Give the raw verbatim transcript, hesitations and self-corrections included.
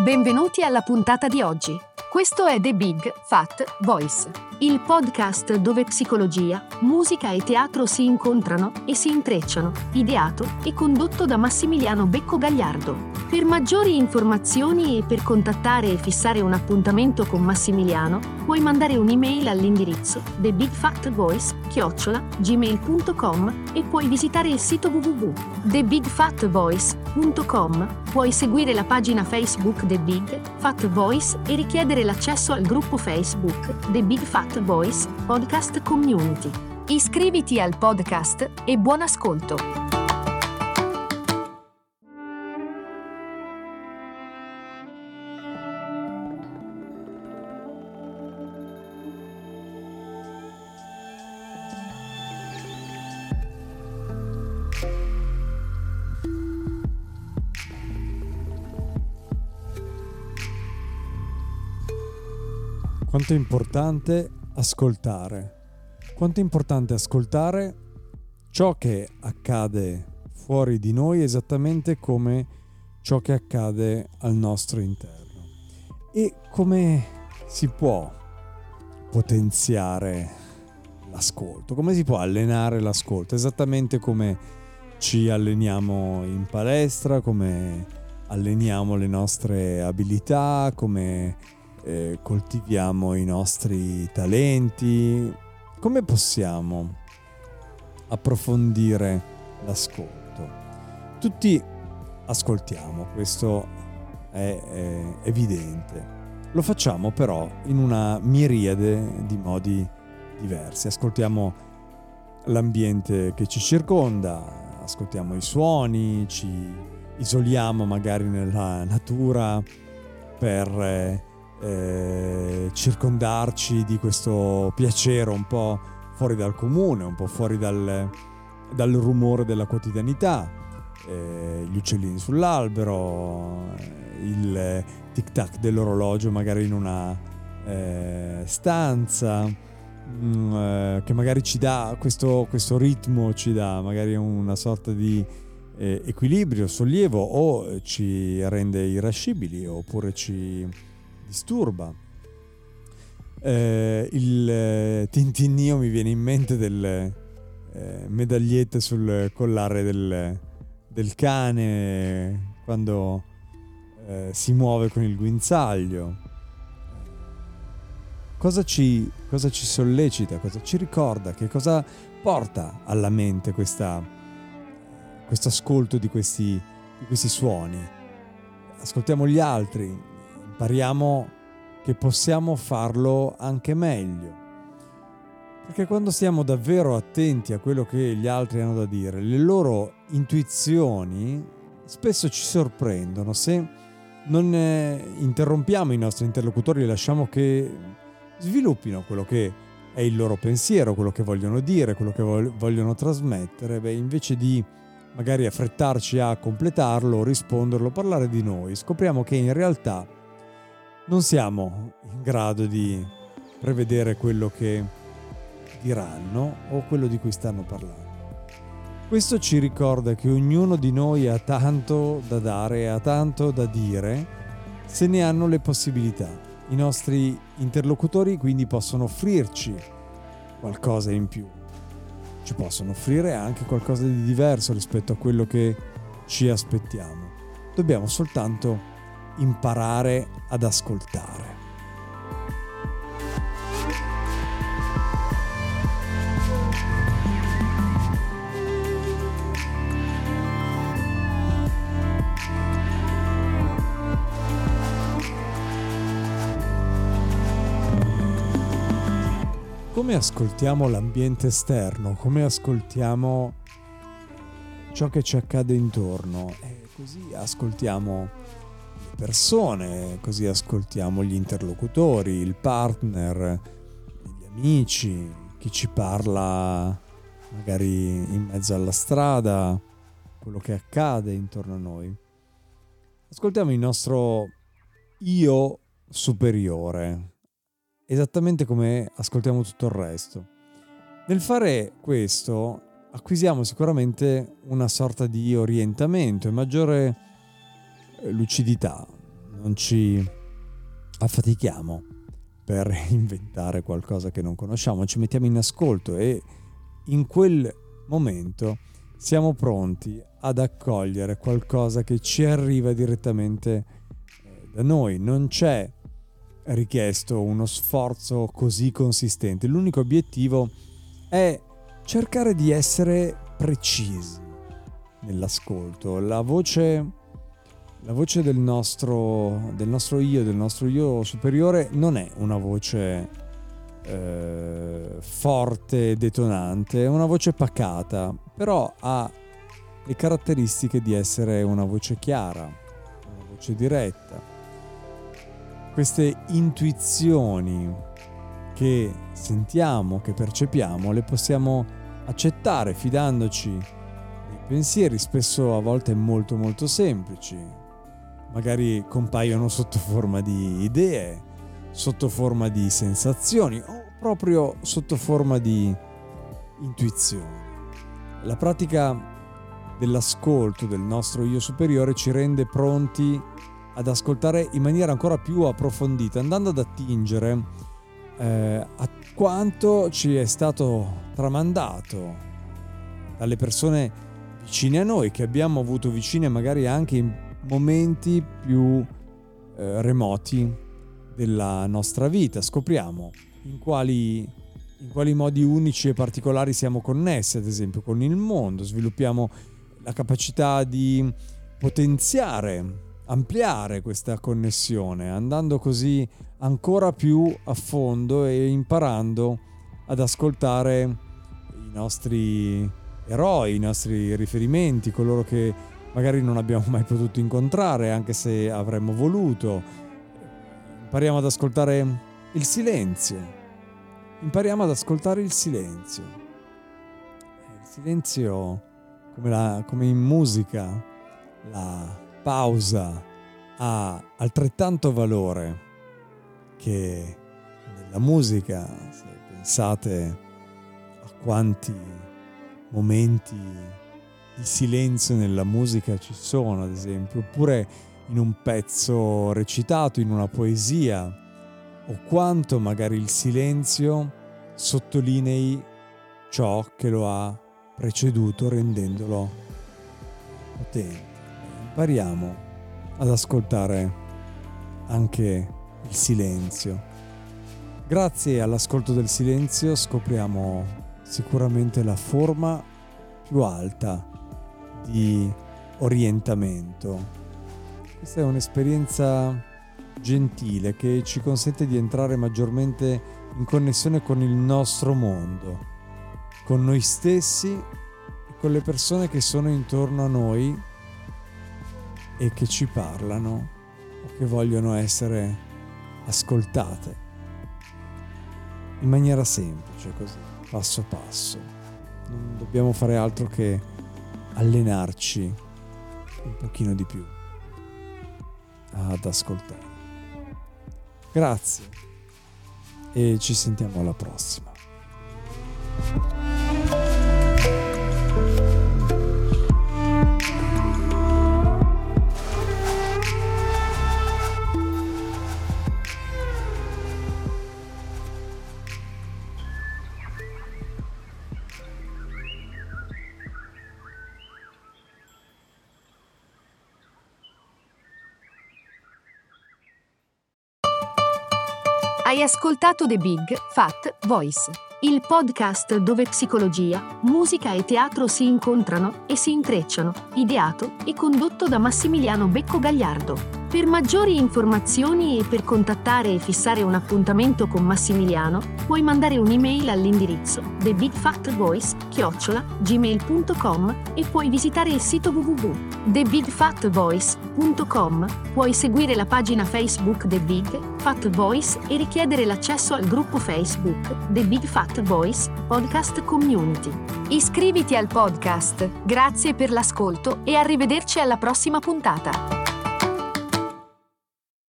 Benvenuti alla puntata di oggi. Questo è The Big Fat Voice, il podcast dove psicologia, musica e teatro si incontrano e si intrecciano, ideato e condotto da Massimiliano Becco Gagliardo. Per maggiori informazioni e per contattare e fissare un appuntamento con Massimiliano, puoi mandare un'email all'indirizzo the big fat voice chiocciola gmail punto com e puoi visitare il sito w w w punto the big fat voice punto com. Puoi seguire la pagina Facebook The Big Fat Voice e richiedere l'accesso al gruppo Facebook The Big Fat Voice Podcast Community. Iscriviti al podcast e buon ascolto! Quanto è importante ascoltare. Quanto è importante ascoltare ciò che accade fuori di noi esattamente come ciò che accade al nostro interno. E come si può potenziare l'ascolto? Come si può allenare l'ascolto? Esattamente come ci alleniamo in palestra, come alleniamo le nostre abilità, come Eh, coltiviamo i nostri talenti. Come possiamo approfondire l'ascolto? Tutti ascoltiamo, questo è, è evidente. Lo facciamo però in una miriade di modi diversi. Ascoltiamo l'ambiente che ci circonda, ascoltiamo i suoni, ci isoliamo magari nella natura per eh, Eh, circondarci di questo piacere un po' fuori dal comune, un po' fuori dal, dal rumore della quotidianità, eh, gli uccellini sull'albero, il tic-tac dell'orologio magari in una eh, stanza mh, eh, che magari ci dà questo, questo ritmo, ci dà magari una sorta di eh, equilibrio, sollievo, o ci rende irascibili oppure ci disturba. Eh, il eh, tintinnio mi viene in mente delle eh, medagliette sul collare del, del cane quando eh, si muove con il guinzaglio. Cosa ci, cosa ci sollecita, cosa ci ricorda, che cosa porta alla mente questa, questo ascolto di questi, di questi suoni? Ascoltiamo gli altri, impariamo che possiamo farlo anche meglio, perché quando stiamo davvero attenti a quello che gli altri hanno da dire, le loro intuizioni spesso ci sorprendono. Se non eh, interrompiamo i nostri interlocutori e lasciamo che sviluppino quello che è il loro pensiero, quello che vogliono dire, quello che vogliono trasmettere, beh, invece di magari affrettarci a completarlo, risponderlo, parlare di noi, scopriamo che in realtà non siamo in grado di prevedere quello che diranno o quello di cui stanno parlando. Questo ci ricorda che ognuno di noi ha tanto da dare, ha tanto da dire, se ne hanno le possibilità. I nostri interlocutori quindi possono offrirci qualcosa in più, ci possono offrire anche qualcosa di diverso rispetto a quello che ci aspettiamo. Dobbiamo soltanto imparare ad ascoltare. Come ascoltiamo l'ambiente esterno, come ascoltiamo ciò che ci accade intorno, e così ascoltiamo persone, così ascoltiamo gli interlocutori, il partner, gli amici, chi ci parla magari in mezzo alla strada, quello che accade intorno a noi. Ascoltiamo il nostro io superiore, esattamente come ascoltiamo tutto il resto. Nel fare questo acquisiamo sicuramente una sorta di orientamento e maggiore lucidità. non ci affatichiamo per inventare qualcosa che non conosciamo, ci mettiamo in ascolto e in quel momento siamo pronti ad accogliere qualcosa che ci arriva direttamente da noi. Non c'è richiesto uno sforzo così consistente, l'unico obiettivo è cercare di essere precisi nell'ascolto. La voce, la voce del nostro, del nostro io, del nostro io superiore non è una voce eh, forte, detonante, è una voce pacata, però ha le caratteristiche di essere una voce chiara, una voce diretta. Queste intuizioni che sentiamo, che percepiamo, le possiamo accettare fidandoci dei pensieri, spesso a volte molto molto semplici. Magari compaiono sotto forma di idee, sotto forma di sensazioni o proprio sotto forma di intuizioni. La pratica dell'ascolto del nostro io superiore ci rende pronti ad ascoltare in maniera ancora più approfondita, andando ad attingere eh, a quanto ci è stato tramandato dalle persone vicine a noi, che abbiamo avuto vicine magari anche in momenti più eh, remoti della nostra vita. Scopriamo in quali, in quali modi unici e particolari siamo connessi, ad esempio con il mondo, sviluppiamo la capacità di potenziare, ampliare questa connessione, andando così ancora più a fondo e imparando ad ascoltare i nostri eroi, i nostri riferimenti, coloro che magari non abbiamo mai potuto incontrare, anche se avremmo voluto. Impariamo ad ascoltare il silenzio. Impariamo ad ascoltare il silenzio. Il silenzio, come, la, come in musica, la pausa ha altrettanto valore che nella musica. Se pensate a quanti momenti di silenzio nella musica ci sono, ad esempio, oppure in un pezzo recitato, in una poesia, o quanto magari il silenzio sottolinei ciò che lo ha preceduto, rendendolo potente. Impariamo ad ascoltare anche il silenzio. Grazie all'ascolto del silenzio scopriamo sicuramente la forma più alta di orientamento. Questa è un'esperienza gentile che ci consente di entrare maggiormente in connessione con il nostro mondo, con noi stessi e con le persone che sono intorno a noi e che ci parlano o che vogliono essere ascoltate in maniera semplice, così, passo passo. Non dobbiamo fare altro che allenarci un pochino di più ad ascoltare. Grazie e ci sentiamo alla prossima. Hai ascoltato The Big Fat Voice, il podcast dove psicologia, musica e teatro si incontrano e si intrecciano, ideato e condotto da Massimiliano Becco Gagliardo. Per maggiori informazioni e per contattare e fissare un appuntamento con Massimiliano, puoi mandare un'email all'indirizzo the big fat voice chiocciola gmail punto com e puoi visitare il sito w w w punto the big fat voice punto com. Puoi seguire la pagina Facebook The Big Fat Voice e richiedere l'accesso al gruppo Facebook The Big Fat Voice Podcast Community. Iscriviti al podcast. Grazie per l'ascolto e arrivederci alla prossima puntata.